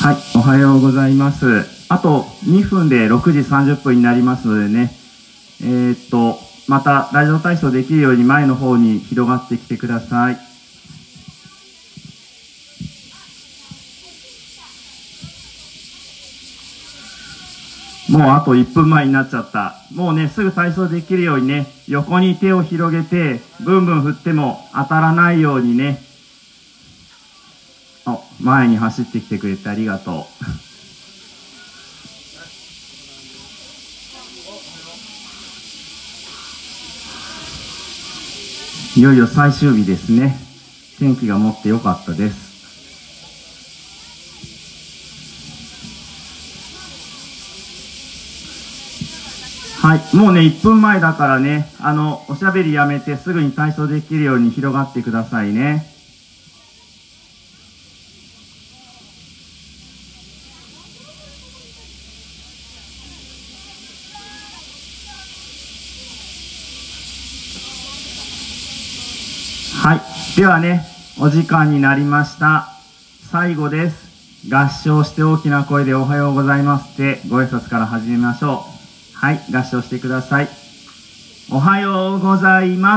はい、おはようございます。あと2分で6時30分になりますのでね、またラジオ体操できるように前の方に広がってきてください。もうあと1分前になっちゃった。もうね、すぐ体操できるようにね、横に手を広げて、ブンブン振っても当たらないようにね、前に走ってきてくれてありがとう。いよいよ最終日ですね。天気がもってよかったです。はい、もうね、1分前だからね、おしゃべりやめてすぐに体操できるように広がってくださいね。はい、ではね、お時間になりました。最後です。合唱して大きな声でおはようございますってご挨拶から始めましょう。はい、合唱してください。おはようございます。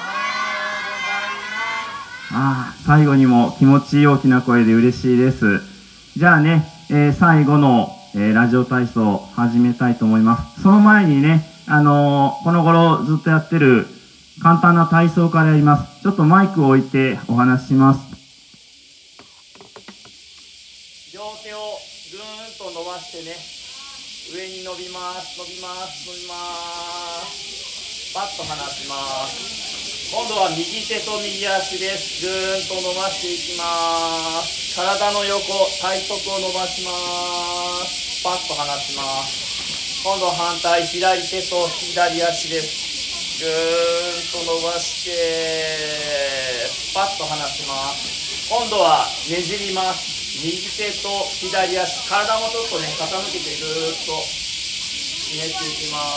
最後にも気持ちいい大きな声で嬉しいです。じゃあね、最後の、ラジオ体操を始めたいと思います。その前にね、この頃ずっとやってる簡単な体操からやります。ちょっとマイクを置いてお話しします。両手をぐーんと伸ばしてね、上に伸びます、伸びます、伸びます。パッと離します。今度は右手と右足です。ぐーんと伸ばしていきます。体の横、体側を伸ばします。パッと離します。今度反対、左手と左足です。ぐーんと伸ばしてパッと離します。今度はねじります。右手と左足、体もちょっとね傾けてぐーっとひねっていきます。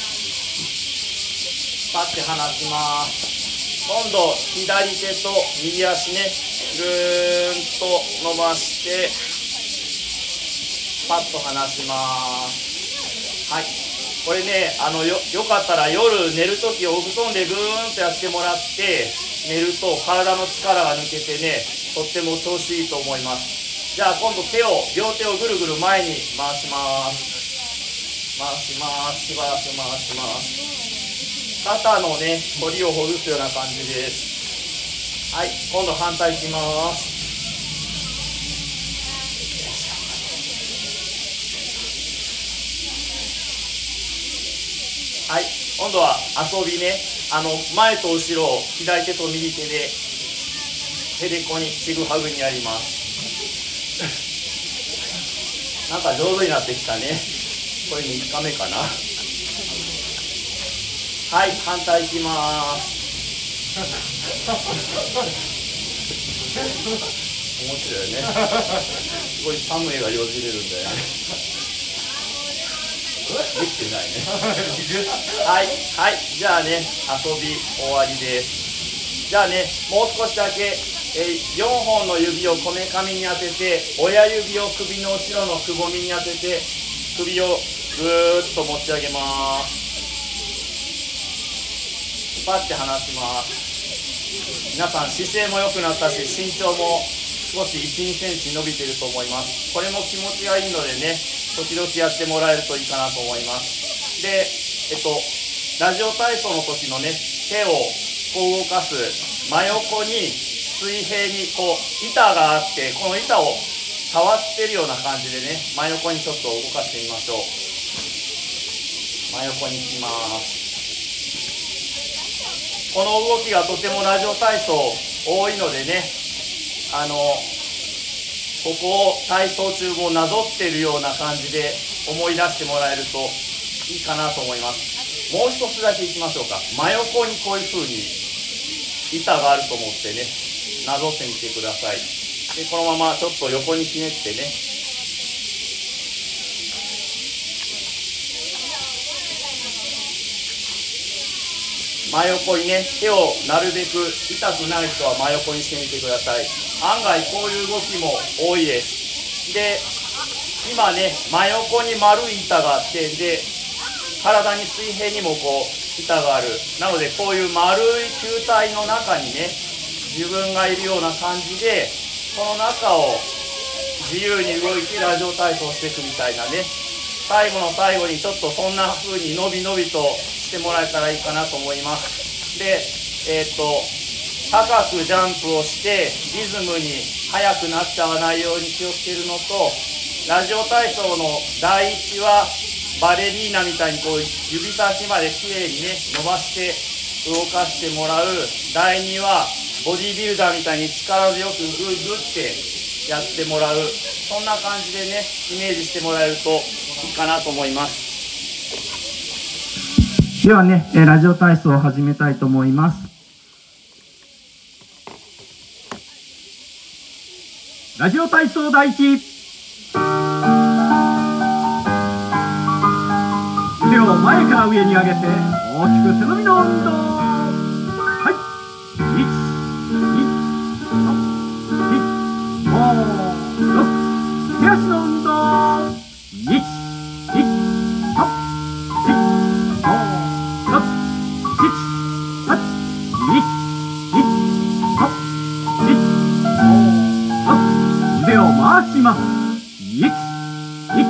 パッて離します。今度左手と右足ねぐーんと伸ばしてパッと離します。はい、これね、よかったら夜寝るときお布団でぐーんとやってもらって寝ると体の力が抜けてね、とっても調子いいと思います。じゃあ今度両手をぐるぐる前に回します。回します。しばらく回します。肩のね、反りをほぐすような感じです。はい、今度反対します。はい、今度は遊びね、前と後ろを左手と右手でへでこにちぐはぐにやりますなんか上手になってきたね。これ3日目かなはい、反対いきます面白いよねすごいサムエがよじれるんだよねできてないねはい、はい、じゃあね、遊び終わりです。じゃあね、もう少しだけ、4本の指をこめかみに当てて、親指を首の後ろのくぼみに当てて、首をぐーっと持ち上げます。パッて離します。皆さん姿勢も良くなったし、身長も少し 1,2 センチ伸びてると思います。これも気持ちがいいのでね、時々やってもらえるといいかなと思います。で、ラジオ体操の時のね、手をこう動かす真横に水平にこう板があって、この板を触ってるような感じでね、真横にちょっと動かしてみましょう。真横に行きます。この動きがとてもラジオ体操多いのでね、ここを体操中もなぞっているような感じで思い出してもらえるといいかなと思います。もう一つだけいきましょうか。真横にこういう風に板があると思ってね、なぞってみてください。で、このままちょっと横にひねってね、 真横にね、手をなるべく痛くない人は真横にしてみてください。案外こういう動きも多いです。で、今ね、真横に丸い板があって、で、体に水平にもこう板がある。なのでこういう丸い球体の中にね、自分がいるような感じで、その中を自由に動いてラジオ体操していくみたいなね、最後の最後にちょっとそんな風にのびのびとしてもらえたらいいかなと思います。で、高くジャンプをしてリズムに速くなっちゃわないように気をつけるのと、ラジオ体操の第一はバレリーナみたいにこう指先まできれいにね伸ばして動かしてもらう。第二はボディビルダーみたいに力強くグッグッてやってもらう。そんな感じでねイメージしてもらえるといいかなと思います。ではね、ラジオ体操を始めたいと思います。ラジオ体操第一。腕を前から上に上げて大きく背伸びの運動。はい、1、2、3、4、5、6、手足の運動。1、2、3、4、5、6、7、8、1、2、3、4、5、6、腕を回します。1、2、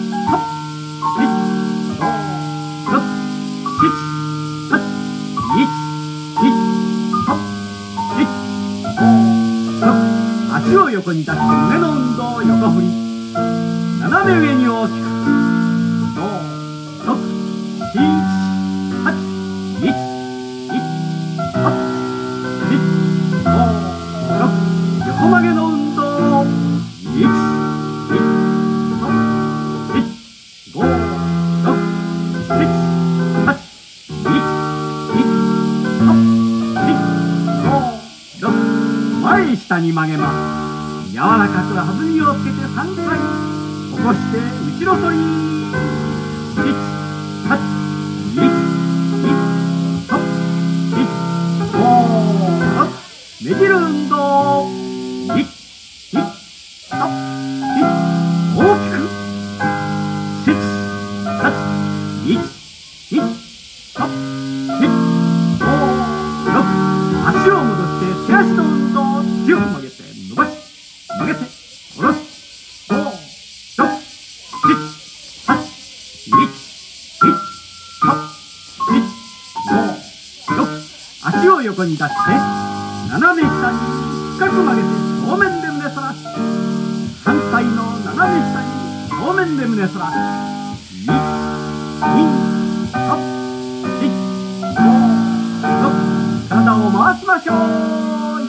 足を横に出して胸の運動。横振り、斜め上に大きく。5、6、7、8、1、2、3、4、5、6、横曲げの運動。1、2、3、4、5、6、7、8、1、2、3、4、5、6、前下に曲げます。柔らかく弾みをつけて3回起こして後ろ反り。1、8、1、2、3、4、5、6、ねじる運動。1、2、3、4、大きく。7、8、1、2、3、4、5、6、足を戻して手足の運動。強く曲げて伸ばし曲げて下ろす。5、6、7、8、1、2、3、4、5、6。足を横に出して斜め下に深く曲げて正面で胸反らし。反対の斜め下に正面で胸反らし。1、2、3、4、5、6。体を回しましょう。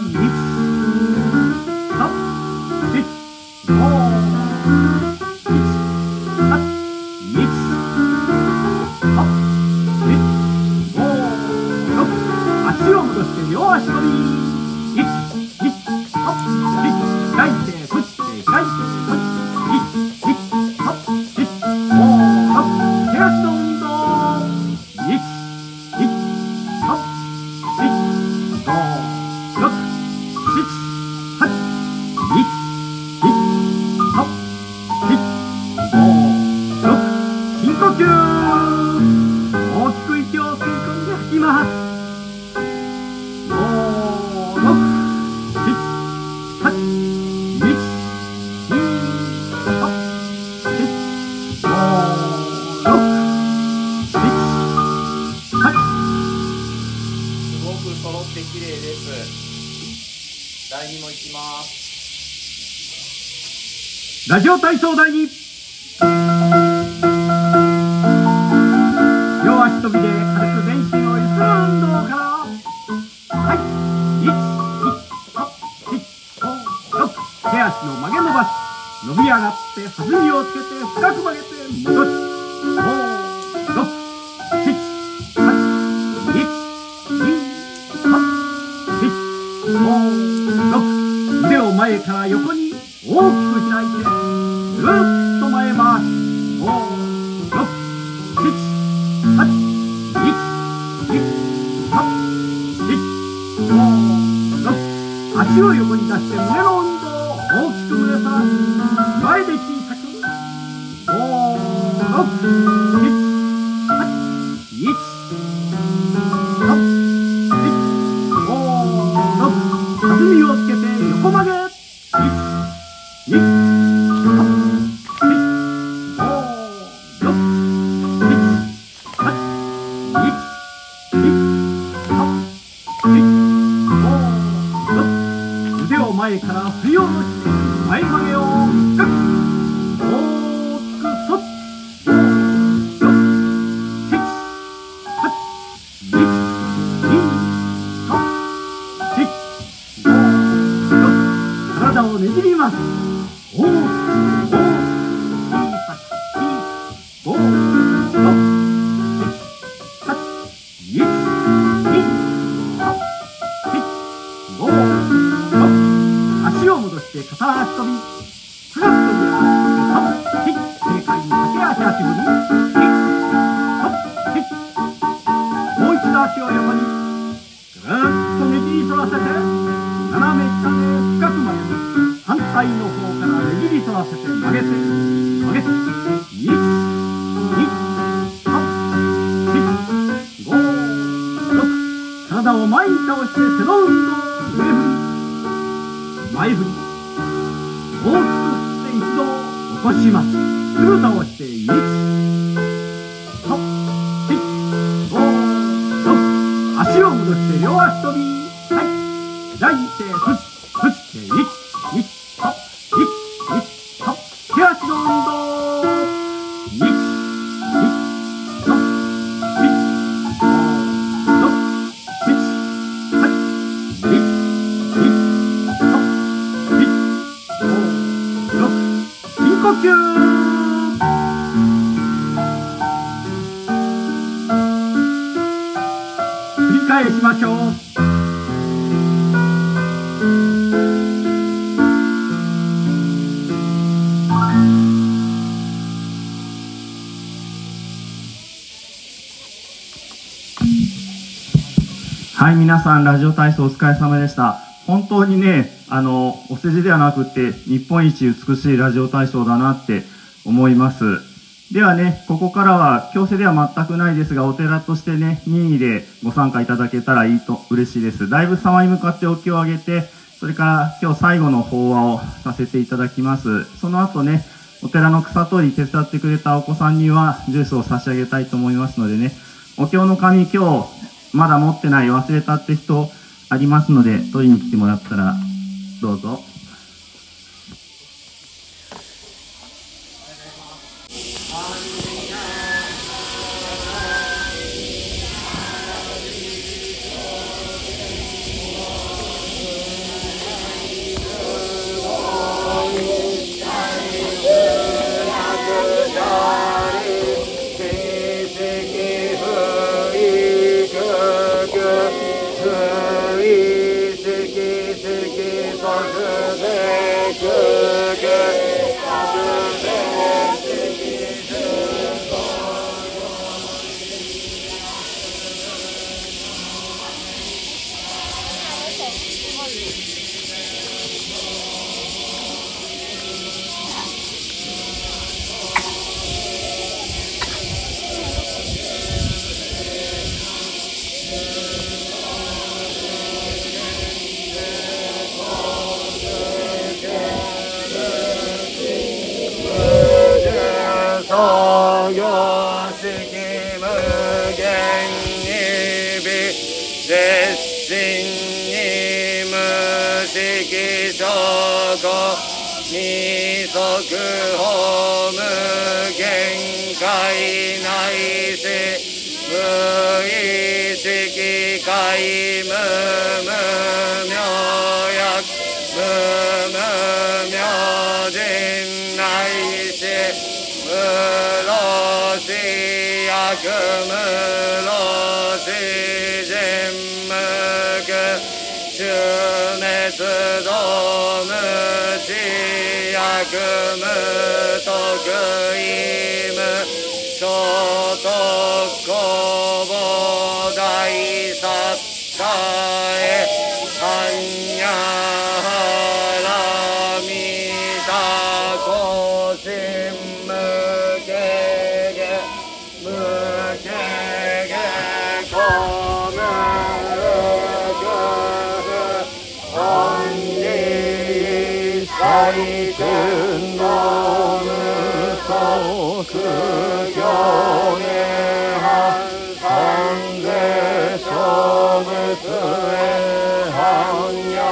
足を戻して両足跳び。1、2、3、4、開いて閉じて開いて閉じて。1、2、3、4、5、6。手足の運動。1、2、3、4、5、6、7、8、1、2、3、4、5、6。深呼吸。大きく息を吸い込んで吐きます。綺麗です。第2もいきます。ラジオ体操第2。両足跳びで軽く全身を揺する運動から。はい、1、2、3、4、5、6。手足の曲げ伸ばし。伸び上がって弾みをつけて深く曲げて戻し。5、6、7、8、1、2、5、6。腕を前から横に大きく開いてぐるっと前回し。5、6、7、8、1、2、3、 足を横に出して胸の運動を大きく胸反らし、前で小さく5、6、7、8、1、3、4、5、6、弾みをつけて横曲げ、1、2、3、前から振り下ろして前曲げを深く大きく反って5、6、7、8、1、2、3、4、5、6、体をねじります。大きく小さく5、6、7、8、1、2、3、4、5、6、足を戻して片足跳び、高く跳び上がって、正解に駆け足足踏み、もう一度足を横にぐるっとねじり反らせて、斜め下で深く曲げる。反対の方からねじり反らせて曲げて曲げて、1、2、3、4、5、6、体を前に倒して背の運動、上振り前振り、大きく振って一度起こします。すぐ倒して1、3、4、5、6、足を戻して両足跳び、はい、開いて振って1、2、3、1、2、3、手足の運動、1、2、3、4、5、6、7、8、1、呼吸。繰り返しましょう。 はい、皆さんラジオ体操お疲れ様でした。本当にね、お世辞ではなくって日本一美しいラジオ体操だなって思います。ではね、ここからは強制では全くないですが、お寺としてね、任意でご参加いただけたら嬉しいです。だいぶ様に向かってお気を上げて、それから今日最後の法話をさせていただきます。その後ね、お寺の草取り手伝ってくれたお子さんにはジュースを差し上げたいと思いますのでね、お経の紙今日まだ持ってない忘れたって人ありますので、取りに来てもらったらどうぞ。二足法無限界内世無意識界無無明薬無無明人内世無老死薬無老死人無苦終滅道無知悪無徳意無所得公募大殺界般若大君の無足行年半三世諸仏へ般若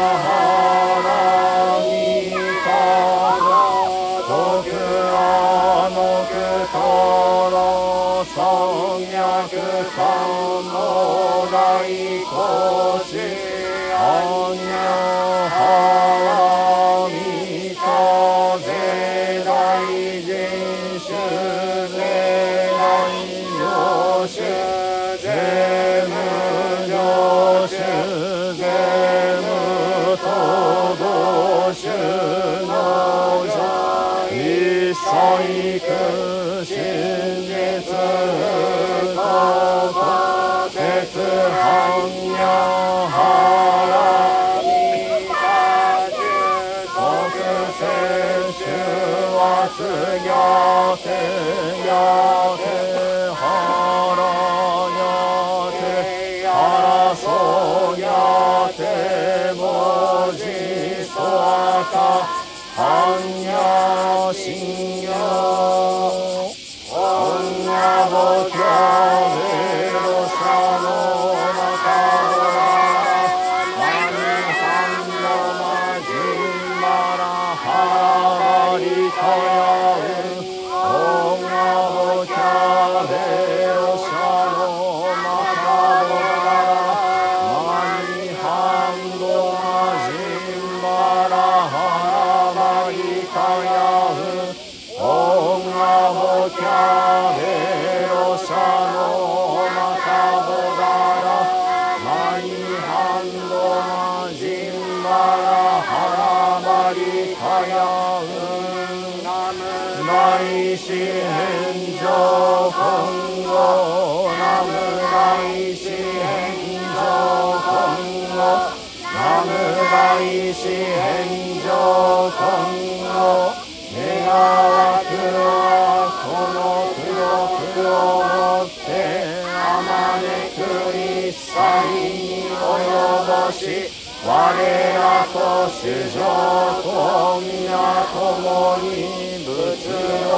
波羅蜜多徳阿耨多羅三脈三の大行使般若波羅蜜多世大人種世大領主税務領主税務都道主の者一切空真実高説般若波羅蜜多即世主圧行手行手波羅行手争行手文字そ赤般若心経女仏教ベロ者の中何半の魔人まらはりかやう女仏教ベロ者の中何半の魔人まらはりかやう女仏教ベロ者の中ぼだら何半の魔人まらはりかやう大師返上今後南無大師返上今後南無大師返上今後願わくはこの苦をもってあまねく一切に及ぼし我らと主上と皆共に仏の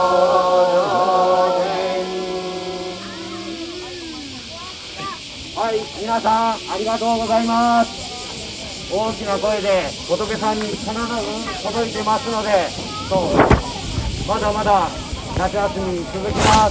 はい、皆さんありがとうございます。大きな声で仏さんに必ず届いてますので、まだまだ夏休み続きます。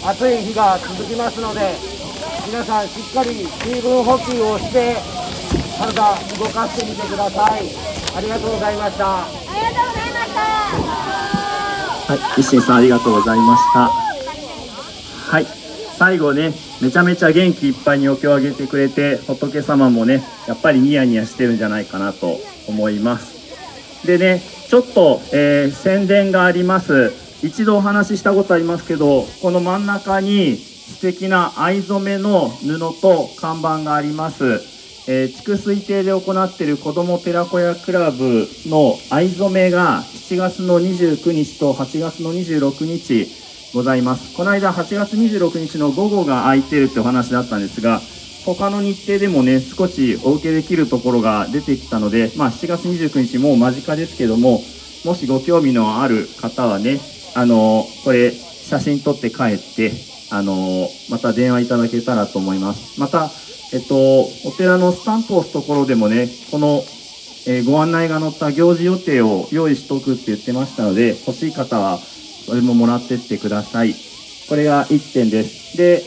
暑い日が続きますので、皆さんしっかり水分補給をして体動かしてみてください。ありがとうございました。 ありがとうございました。 はい、一心さんありがとうございました。はい、最後ね、めちゃめちゃ元気いっぱいにお経をあげてくれて、仏様もね、やっぱりニヤニヤしてるんじゃないかなと思います。でね、ちょっと、宣伝があります。一度お話ししたことありますけど、この真ん中に素敵な藍染めの布と看板があります。筑水亭で行っている子ども寺子屋クラブの藍染めが7月の29日と8月の26日ございます。この間8月26日の午後が空いているってお話だったんですが、他の日程でもね、少しお受けできるところが出てきたので、7月29日もう間近ですけども、もしご興味のある方はね、これ写真撮って帰って、また電話いただけたらと思います。また、お寺のスタンプを押すところでもね、この、ご案内が載った行事予定を用意しとくって言ってましたので、欲しい方はそれももらってってください。これが1点です。で、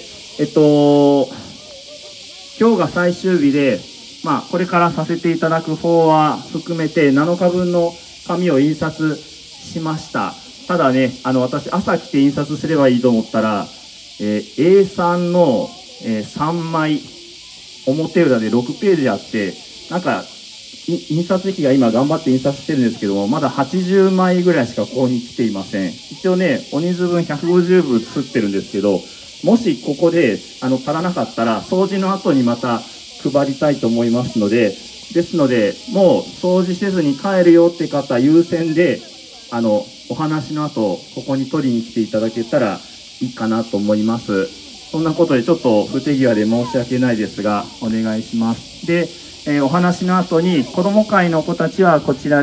今日が最終日で、これからさせていただく法は含めて7日分の紙を印刷しました。ただね、私朝来て印刷すればいいと思ったら、A3 の、3枚、表裏で6ページあって、なんか、印刷費が今頑張って印刷してるんですけども、まだ80枚ぐらいしかここに来ていません。一応ね、お人数分150部作ってるんですけど、もしここで、足らなかったら、掃除の後にまた配りたいと思いますので、ですので、もう掃除せずに帰るよって方優先で、お話の後、ここに取りに来ていただけたらいいかなと思います。そんなことでちょっと不手際で申し訳ないですが、お願いします。で、お話の後に子ども会の子たちはこちらで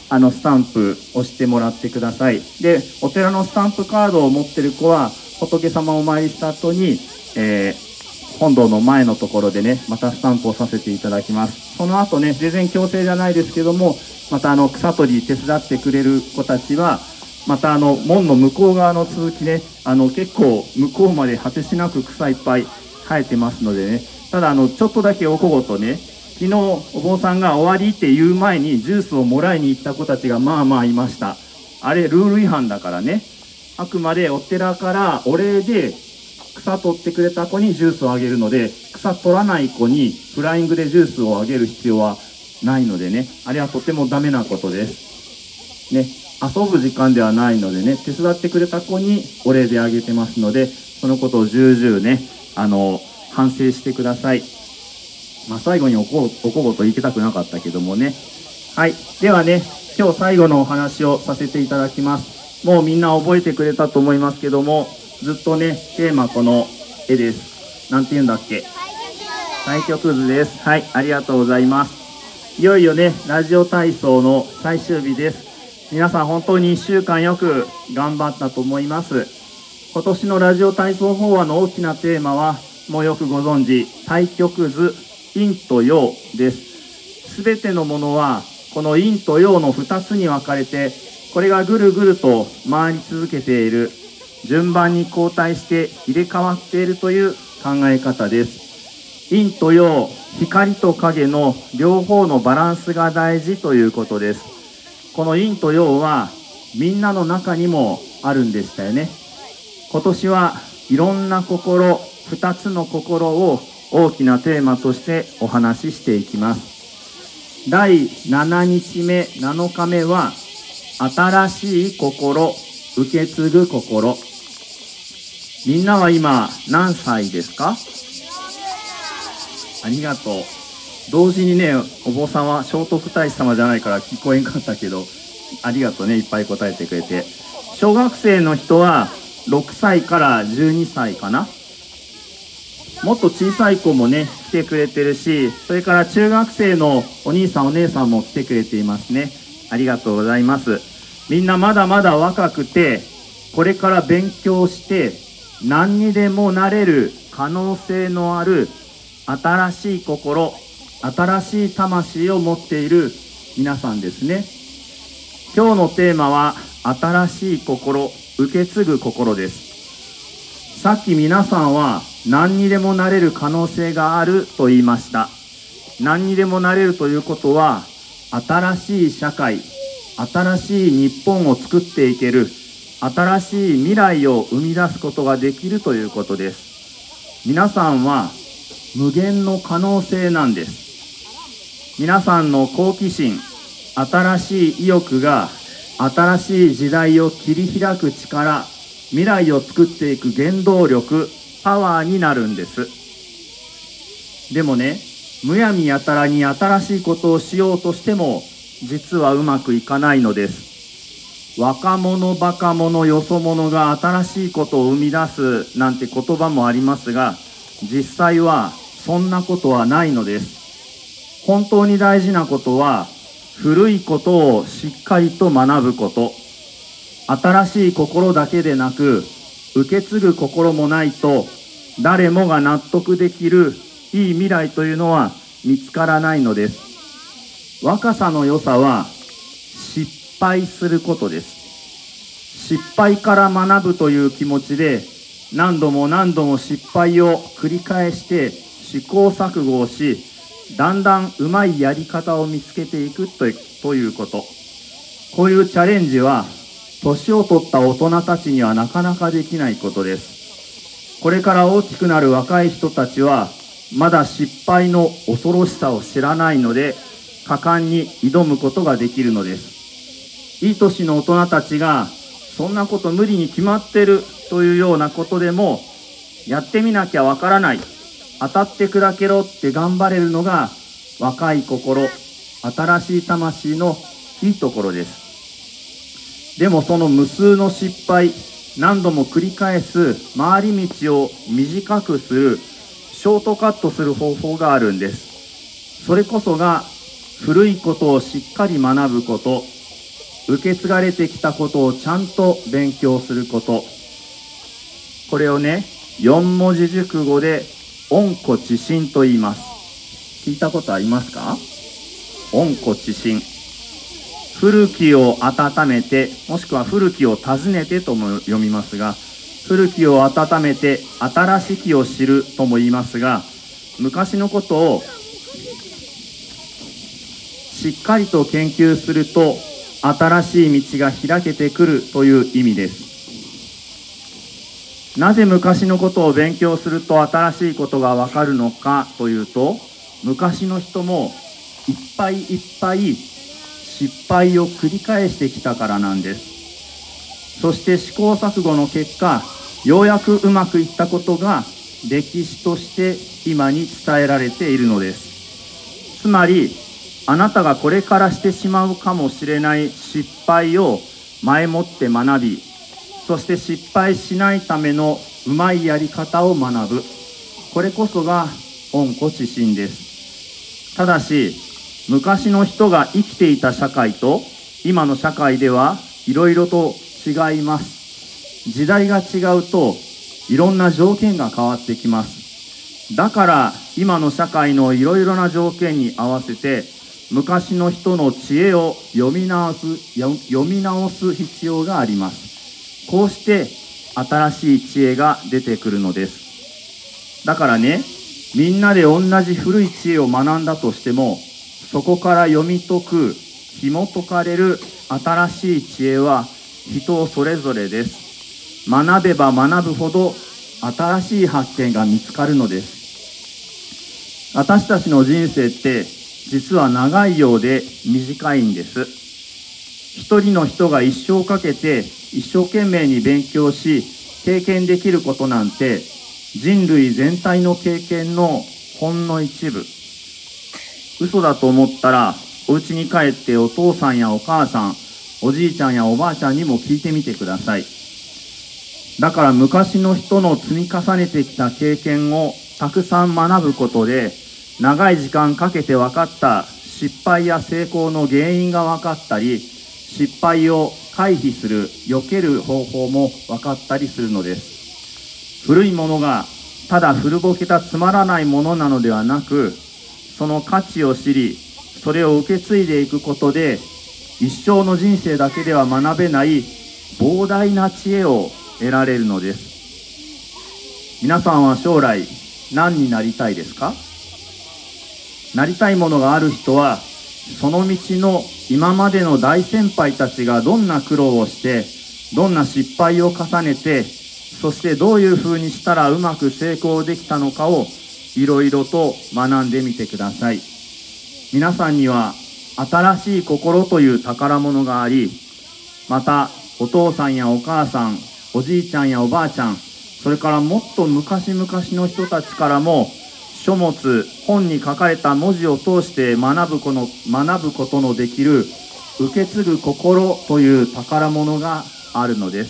スタンプ押してもらってください。で、お寺のスタンプカードを持ってる子は、仏様をお参りした後に、本堂の前のところでね、またスタンプをさせていただきます。その後ね、全然強制じゃないですけども、また草取り手伝ってくれる子たちは、また門の向こう側の続きね、結構向こうまで果てしなく草いっぱい生えてますのでね、ただちょっとだけおこごとね、昨日お坊さんが終わりって言う前にジュースをもらいに行った子たちがまあまあいました。あれルール違反だからね。あくまでお寺からお礼で草取ってくれた子にジュースをあげるので、草取らない子にフライングでジュースをあげる必要はないのでね、あれはとてもダメなことです。ね、遊ぶ時間ではないのでね、手伝ってくれた子にお礼であげてますので、そのことを重々ね、反省してください。まあ、最後におこごと言いたくなかったけどもね。はい。ではね、今日最後のお話をさせていただきます。もうみんな覚えてくれたと思いますけども、ずっとね、テーマこの絵です。なんて言うんだっけ？太極図です。はい。ありがとうございます。いよいよね、ラジオ体操の最終日です。皆さん本当に1週間よく頑張ったと思います。今年のラジオ体操法話の大きなテーマは、もうよくご存知、太極図、陰と陽です。すべてのものは、この陰と陽の2つに分かれて、これがぐるぐると回り続けている、順番に交代して入れ替わっているという考え方です。陰と陽、光と影の両方のバランスが大事ということです。この陰と陽はみんなの中にもあるんでしたよね。今年はいろんな心、2つの心を大きなテーマとしてお話ししていきます。第7日目、7日目は、新しい心、受け継ぐ心。みんなは今何歳ですか？ありがとう。同時にね、お坊さんは聖徳太子様じゃないから聞こえんかったけど、ありがとうね、いっぱい答えてくれて。小学生の人は6歳から12歳かな。もっと小さい子もね、来てくれてるし、それから中学生のお兄さんお姉さんも来てくれていますね。ありがとうございます。みんなまだまだ若くて、これから勉強して何にでもなれる可能性のある新しい心、新しい魂を持っている皆さんですね。今日のテーマは新しい心、受け継ぐ心です。さっき皆さんは何にでもなれる可能性があると言いました。何にでもなれるということは、新しい社会、新しい日本を作っていける、新しい未来を生み出すことができるということです。皆さんは無限の可能性なんです。皆さんの好奇心、新しい意欲が新しい時代を切り開く力、未来を作っていく原動力、パワーになるんです。でもね、むやみやたらに新しいことをしようとしても、実はうまくいかないのです。若者、バカ者、よそ者が新しいことを生み出すなんて言葉もありますが、実際はそんなことはないのです。本当に大事なことは、古いことをしっかりと学ぶこと。新しい心だけでなく、受け継ぐ心もないと、誰もが納得できるいい未来というのは見つからないのです。若さの良さは、失敗することです。失敗から学ぶという気持ちで、何度も何度も失敗を繰り返して試行錯誤をし、だんだんうまいやり方を見つけていくということ。こういうチャレンジは、年を取った大人たちにはなかなかできないことです。これから大きくなる若い人たちは、まだ失敗の恐ろしさを知らないので、果敢に挑むことができるのです。いい年の大人たちが、そんなこと無理に決まってるというようなことでも、やってみなきゃわからない、当たって砕けろって頑張れるのが、若い心、新しい魂のいいところです。でもその無数の失敗、何度も繰り返す回り道を短くする、ショートカットする方法があるんです。それこそが古いことをしっかり学ぶこと、 受け継がれてきたことをちゃんと勉強すること。これをね、4文字熟語で温故知新と言います。聞いたことありますか？温故知新。古きを温めて、もしくは古きを訪ねてとも読みますが、古きを温めて新しきを知るとも言いますが、昔のことをしっかりと研究すると新しい道が開けてくるという意味です。なぜ昔のことを勉強すると新しいことがわかるのかというと、昔の人もいっぱいいっぱい失敗を繰り返してきたからなんです。そして試行錯誤の結果、ようやくうまくいったことが歴史として今に伝えられているのです。つまり、あなたがこれからしてしまうかもしれない失敗を前もって学び、そして失敗しないためのうまいやり方を学ぶ。これこそが温故知新です。ただし、昔の人が生きていた社会と今の社会ではいろいろと違います。時代が違うといろんな条件が変わってきます。だから今の社会のいろいろな条件に合わせて昔の人の知恵を読み直す必要があります。こうして新しい知恵が出てくるのです。だからね、みんなで同じ古い知恵を学んだとしても、そこから読み解く、紐解かれる新しい知恵は人それぞれです。学べば学ぶほど新しい発見が見つかるのです。私たちの人生って実は長いようで短いんです。一人の人が一生かけて一生懸命に勉強し経験できることなんて人類全体の経験のほんの一部。嘘だと思ったらお家に帰ってお父さんやお母さん、おじいちゃんやおばあちゃんにも聞いてみてください。だから昔の人の積み重ねてきた経験をたくさん学ぶことで長い時間かけて分かった失敗や成功の原因が分かったり、失敗を回避する、避ける方法も分かったりするのです。古いものがただ古ぼけたつまらないものなのではなく、その価値を知り、それを受け継いでいくことで、一生の人生だけでは学べない膨大な知恵を得られるのです。皆さんは将来何になりたいですか？なりたいものがある人は、その道の今までの大先輩たちがどんな苦労をして、どんな失敗を重ねて、そしてどういうふうにしたらうまく成功できたのかをいろいろと学んでみてください。皆さんには新しい心という宝物があり、またお父さんやお母さん、おじいちゃんやおばあちゃん、それからもっと昔々の人たちからも書物、本に書かれた文字を通して学ぶことのできる受け継ぐ心という宝物があるのです。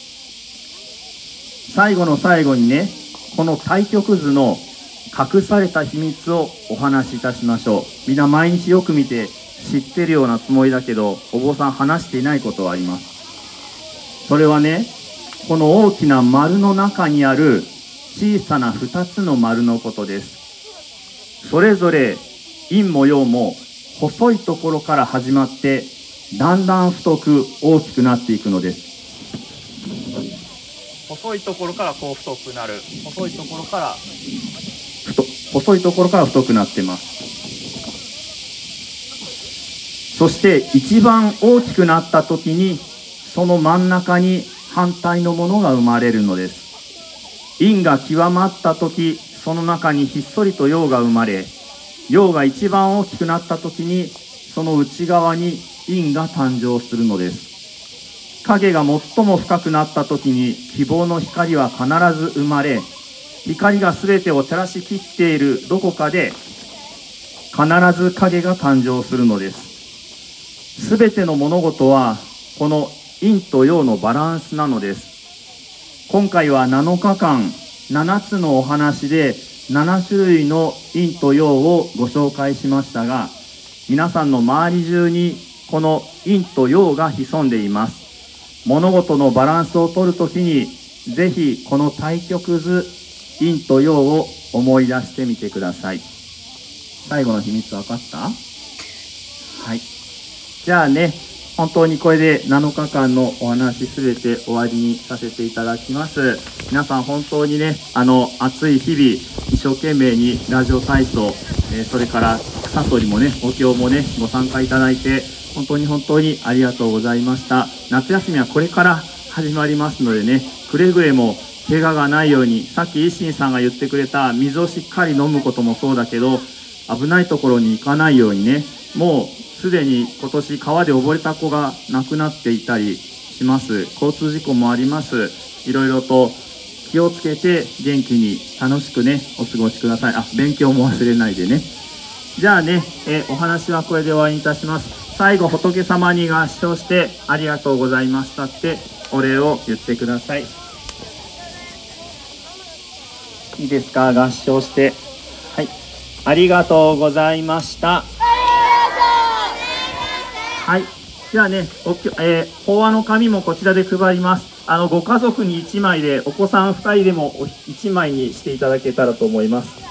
最後の最後にね、この太極図の隠された秘密をお話しいたしましょう。みんな毎日よく見て知ってるようなつもりだけど、お坊さん話していないことはあります。それはね、この大きな丸の中にある小さな2つの丸のことです。それぞれ陰も陽も細いところから始まってだんだん太く大きくなっていくのです。細いところからこう太くなる。細いところから太くなってます。そして一番大きくなった時にその真ん中に反対のものが生まれるのです。陰が極まった時、その中にひっそりと陽が生まれ、陽が一番大きくなった時にその内側に陰が誕生するのです。影が最も深くなった時に希望の光は必ず生まれ、光が全てを照らしきっているどこかで必ず影が誕生するのです。全ての物事はこの陰と陽のバランスなのです。今回は7日間7つのお話で7種類の陰と陽をご紹介しましたが、皆さんの周り中にこの陰と陽が潜んでいます。物事のバランスを取るときに、ぜひこの対極図、陰と陽を思い出してみてください。最後の秘密分かった？はい。じゃあね、本当にこれで7日間のお話すべて終わりにさせていただきます。皆さん本当にね、暑い日々、一生懸命にラジオ体操、それから草取りもね、お経もね、ご参加いただいて、本当にありがとうございました。夏休みはこれから始まりますのでね、くれぐれも怪我がないように、さっき維新さんが言ってくれた水をしっかり飲むこともそうだけど、危ないところに行かないようにね、もうすでに今年川で溺れた子が亡くなっていたりします。交通事故もあります。いろいろと気をつけて元気に楽しくね、お過ごしください。勉強も忘れないでね。じゃあね、お話はこれで終わりにいたします。最後、仏様に合掌してありがとうございましたってお礼を言ってください。いいですか？合掌して。はい。ありがとうございました。はい。じゃあね、法話の紙もこちらで配ります。ご家族に1枚で、お子さん2人でも1枚にしていただけたらと思います。